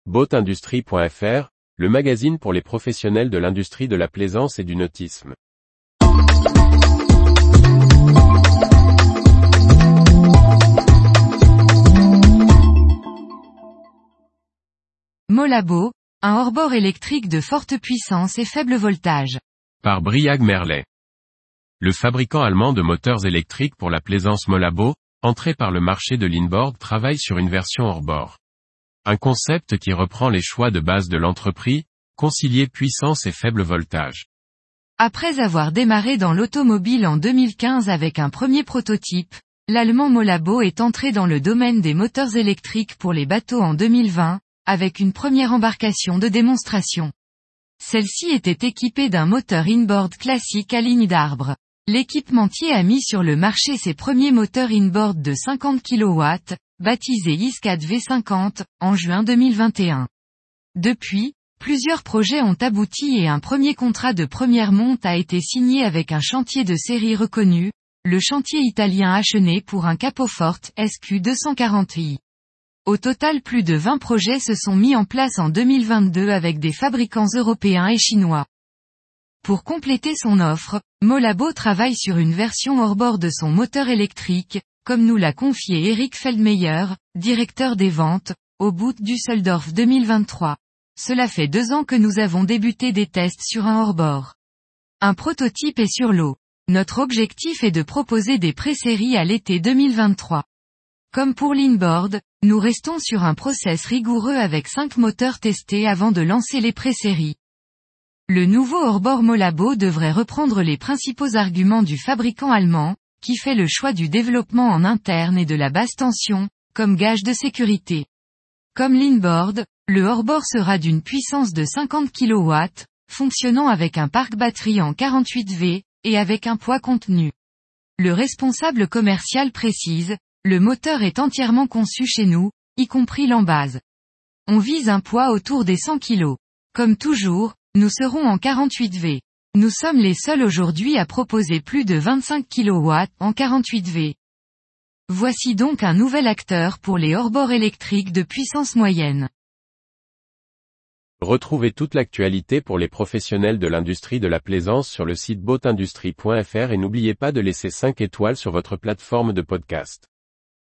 Boatindustrie.fr, le magazine pour les professionnels de l'industrie de la plaisance et du nautisme. Molabo, un hors-bord électrique de forte puissance et faible voltage. Par Briag Merlet. Le fabricant allemand de moteurs électriques pour la plaisance Molabo, entré par le marché de l'inboard, travaille sur une version hors-bord. Un concept qui reprend les choix de base de l'entreprise, concilier puissance et faible voltage. Après avoir démarré dans l'automobile en 2015 avec un premier prototype, l'allemand Molabo est entré dans le domaine des moteurs électriques pour les bateaux en 2020, avec une première embarcation de démonstration. Celle-ci était équipée d'un moteur inboard classique à ligne d'arbre. L'équipementier a mis sur le marché ses premiers moteurs inboard de 50 kW, baptisés ISCAD V50, en juin 2021. Depuis, plusieurs projets ont abouti et un premier contrat de première monte a été signé avec un chantier de série reconnu, le chantier italien Achenet pour un capot forte SQ240i. Au total, plus de 20 projets se sont mis en place en 2022 avec des fabricants européens et chinois. Pour compléter son offre, Molabo travaille sur une version hors-bord de son moteur électrique, comme nous l'a confié Eric Feldmeyer, directeur des ventes, au Boot Düsseldorf 2023. Cela fait 2 ans que nous avons débuté des tests sur un hors-bord. Un prototype est sur l'eau. Notre objectif est de proposer des pré-séries à l'été 2023. Comme pour l'inboard, nous restons sur un process rigoureux avec 5 moteurs testés avant de lancer les pré-séries. Le nouveau hors-bord Molabo devrait reprendre les principaux arguments du fabricant allemand, qui fait le choix du développement en interne et de la basse tension, comme gage de sécurité. Comme l'inboard, le hors-bord sera d'une puissance de 50 kW, fonctionnant avec un parc batterie en 48V, et avec un poids contenu. Le responsable commercial précise, le moteur est entièrement conçu chez nous, y compris l'embase. On vise un poids autour des 100 kg. Comme toujours, nous serons en 48V. Nous sommes les seuls aujourd'hui à proposer plus de 25 kW en 48V. Voici donc un nouvel acteur pour les hors-bords électriques de puissance moyenne. Retrouvez toute l'actualité pour les professionnels de l'industrie de la plaisance sur le site boatindustrie.fr et n'oubliez pas de laisser 5 étoiles sur votre plateforme de podcast.